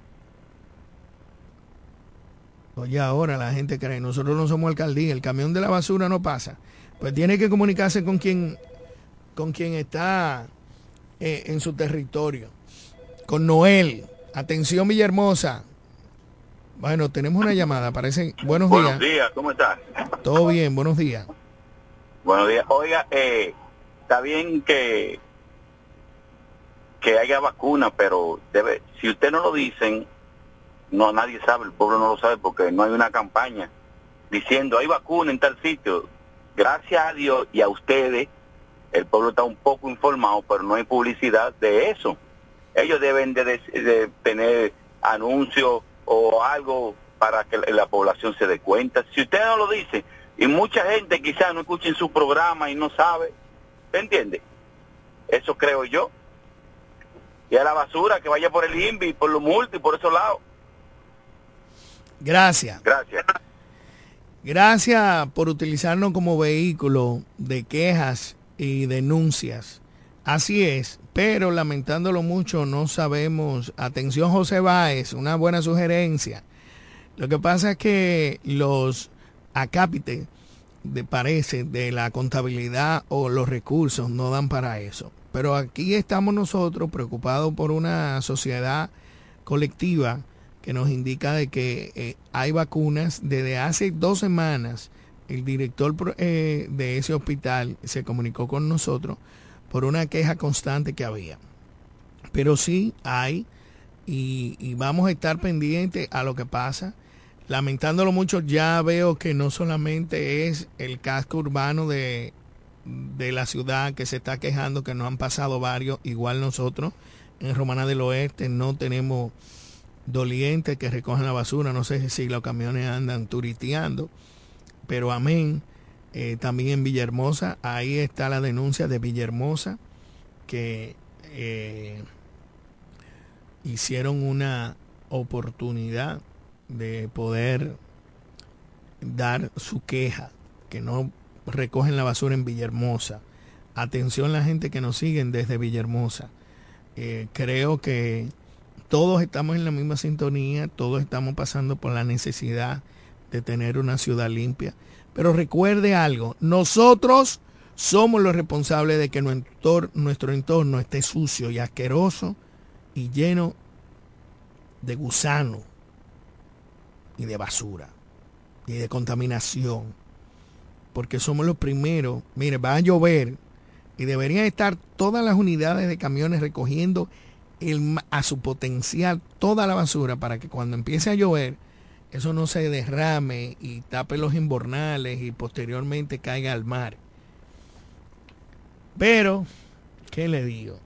Oye, ahora la gente cree, nosotros no somos alcaldía, el camión de la basura no pasa. Pues tiene que comunicarse con quien está en su territorio. Con Noel. Atención, Villahermosa. Bueno, tenemos una llamada, parece. Buenos días. Buenos días, ¿cómo estás? Todo bien, buenos días. Buenos días. Oiga, está bien que haya vacuna, pero si usted no lo dicen, no, nadie sabe, el pueblo no lo sabe porque no hay una campaña diciendo hay vacuna en tal sitio. Gracias a Dios y a ustedes, el pueblo está un poco informado, pero no hay publicidad de eso. Ellos deben de tener anuncios o algo para que la población se dé cuenta. Si usted no lo dice, y mucha gente quizás no escuche en su programa y no sabe, ¿te entiende? Eso creo yo. Y a la basura que vaya por el INVI, por los multi, por esos lados. Gracias. Gracias. Gracias por utilizarnos como vehículo de quejas y denuncias. Así es, pero lamentándolo mucho no sabemos. Atención, José Báez, una buena sugerencia. Lo que pasa es que los acápites de la contabilidad o los recursos no dan para eso. Pero aquí estamos nosotros preocupados por una sociedad colectiva que nos indica de que hay vacunas. Desde hace 2 semanas el director de ese hospital se comunicó con nosotros por una queja constante que había. Pero sí hay y vamos a estar pendientes a lo que pasa. Lamentándolo mucho, ya veo que no solamente es el casco urbano de la ciudad que se está quejando, que nos han pasado varios, igual nosotros en Romana del Oeste no tenemos dolientes que recogen la basura. No sé si los camiones andan turiteando, pero amén. También en Villahermosa, ahí está la denuncia de Villahermosa, que hicieron una oportunidad de poder dar su queja, que no recogen la basura en Villahermosa. Atención la gente que nos siguen desde Villahermosa. Creo que todos estamos en la misma sintonía, todos estamos pasando por la necesidad de tener una ciudad limpia. Pero recuerde algo, nosotros somos los responsables de que nuestro entorno esté sucio y asqueroso y lleno de gusanos y de basura y de contaminación. Porque somos los primeros. Mire, va a llover y deberían estar todas las unidades de camiones recogiendo a su potencial toda la basura para que cuando empiece a llover eso no se derrame y tape los invernales y posteriormente caiga al mar. Pero, ¿qué le digo?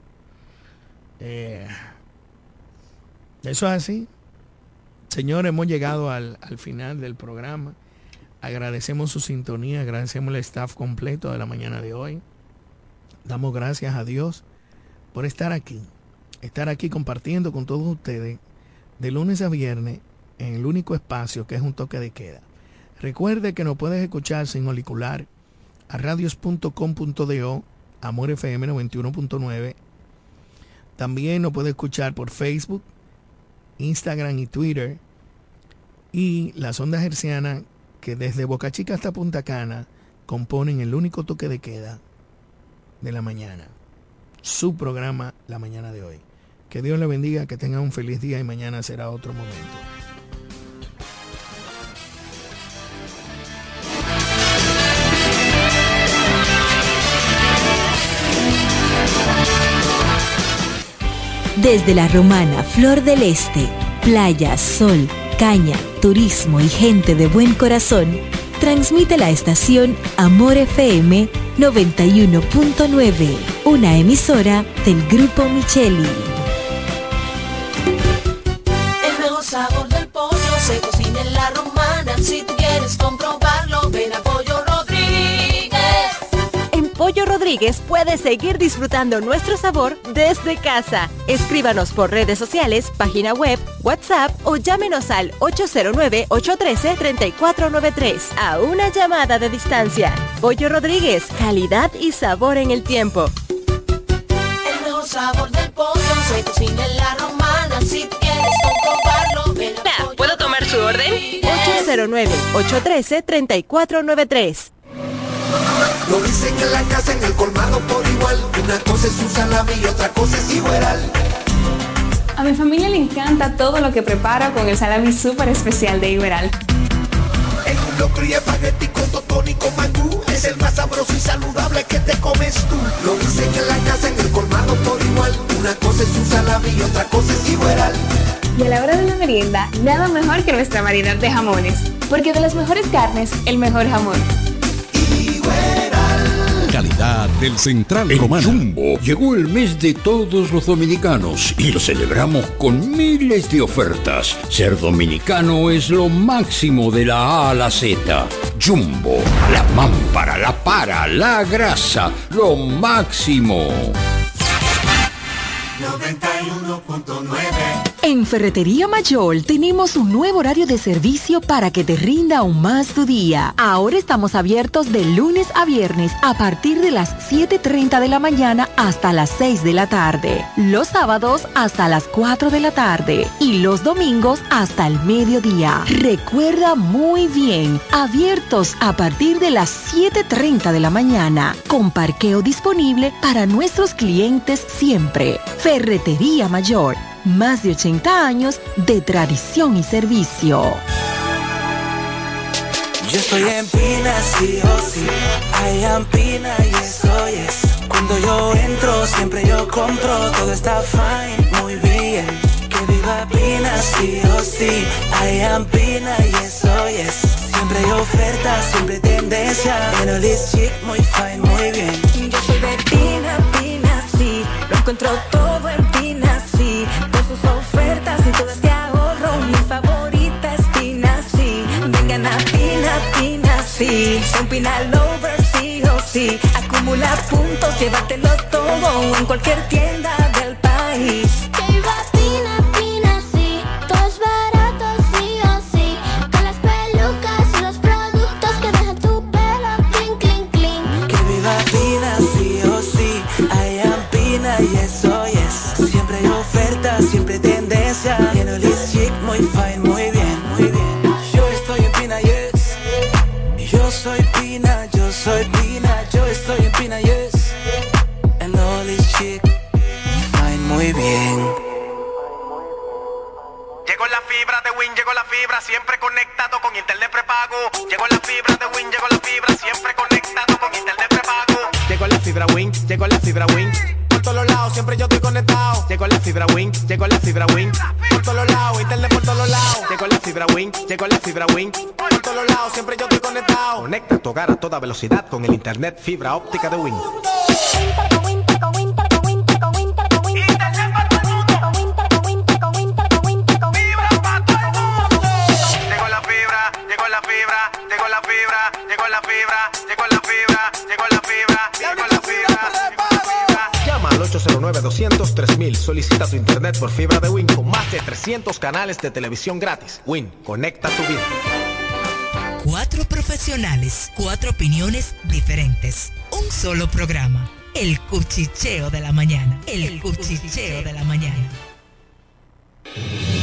Eso es así. Señores, hemos llegado al final del programa. Agradecemos su sintonía, agradecemos el staff completo de la mañana de hoy. Damos gracias a Dios por estar aquí compartiendo con todos ustedes de lunes a viernes en el único espacio que es un toque de queda. Recuerde que nos puedes escuchar sin auricular a radios.com.do, Amor FM 91.9. También nos puede escuchar por Facebook, Instagram y Twitter, y las ondas hercianas que desde Boca Chica hasta Punta Cana componen el único toque de queda de la mañana. Su programa La Mañana de Hoy. Que Dios le bendiga, que tenga un feliz día y mañana será otro momento. Desde la Romana, Flor del Este, playa, sol, caña, turismo y gente de buen corazón, transmite la estación Amor FM 91.9, una emisora del Grupo Micheli. El mejor sabor del pollo se cocina en la Romana. Si tú quieres comprobarlo, ven a Pollo Rodríguez. En Pollo Rodríguez Rodríguez puede seguir disfrutando nuestro sabor desde casa. Escríbanos por redes sociales, página web, WhatsApp o llámenos al 809-813-3493 a una llamada de distancia. Pollo Rodríguez, calidad y sabor en el tiempo. El mejor sabor del pollo se cocina en La Romana. Si quieres comprobarlo, ven a Pollo. ¿Puedo tomar su orden? 809-813-3493. Lo dicen en la casa, en el colmado por igual. Una cosa es su salami y otra cosa es Igueral. A mi familia le encanta todo lo que preparo con el salami súper especial de Igueral. En un locro y espagueti con totón y con mangú. Es el más sabroso y saludable que te comes tú. Lo dicen en la casa, en el colmado por igual. Una cosa es su salami y otra cosa es Igueral. Y a la hora de la merienda, nada mejor que nuestra variedad de jamones. Porque de las mejores carnes, el mejor jamón. Calidad del Central Romano. Jumbo llegó el mes de todos los dominicanos y lo celebramos con miles de ofertas. Ser dominicano es lo máximo de la A a la Z. Jumbo, la mámpara, la para, la grasa, lo máximo. 91.9. En Ferretería Mayor tenemos un nuevo horario de servicio para que te rinda aún más tu día. Ahora estamos abiertos de lunes a viernes a partir de las 7:30 de la mañana hasta las 6 de la tarde. Los sábados hasta las 4 de la tarde y los domingos hasta el mediodía. Recuerda muy bien, abiertos a partir de las 7:30 de la mañana, con parqueo disponible para nuestros clientes siempre. Ferretería Mayor. Más de 80 años de tradición y servicio. Yo estoy en Pina, sí o sí. I am Pina y eso es. Cuando yo entro, siempre yo compro. Todo está fine, muy bien. Que viva Pina, sí o sí. I am Pina y eso es. Siempre hay ofertas, siempre tendencia. En all this chic, muy fine, muy bien. Yo soy de Pina, Pina, sí. Lo encuentro todo en Pina, sí. Con sus ofertas y todo este ahorro. Mi favorita es Pina, sí. Vengan a Pina, Pina, sí. Son Pina lovers, sí o sí. Acumula puntos, llévatelo todo en cualquier tienda del país. Que viva Pina, Pina, sí. Todo es barato, sí o sí. Con las pelucas y los productos que dejan tu pelo clean, clean, clean. Que viva Pina, sí o sí. I am Pina y eso es. Siempre hay ofertas, siempre tendencia. En all this chic, muy fine, muy bien, muy bien. Yo estoy en Pina, yes. Yo soy Pina, yo soy Pina. Yo estoy en Pina, yes. En all this chic, fine, muy bien. Llegó la fibra de Win, llegó la fibra, siempre conectado con internet prepago. Llegó la fibra de Win, llegó la fibra, siempre conectado con internet prepago. Llegó la fibra Win, llegó la fibra Win. Por todos lados, siempre yo estoy conectado. Llegó la fibra Win, llegó la fibra Win. Por todos lados, internet por todos lados. Llegó la fibra Win, llegó la fibra Win. Por todos lados, siempre yo estoy conectado. Conecta tu hogar a toda velocidad con el internet fibra óptica de Win. Llama al 809-200-3000. Solicita tu internet por fibra de Win con más de 300 canales de televisión gratis. Win, conecta tu vida. 4 profesionales, 4 opiniones diferentes. Un solo programa. El Cuchicheo de la Mañana. El Cuchicheo de la Mañana.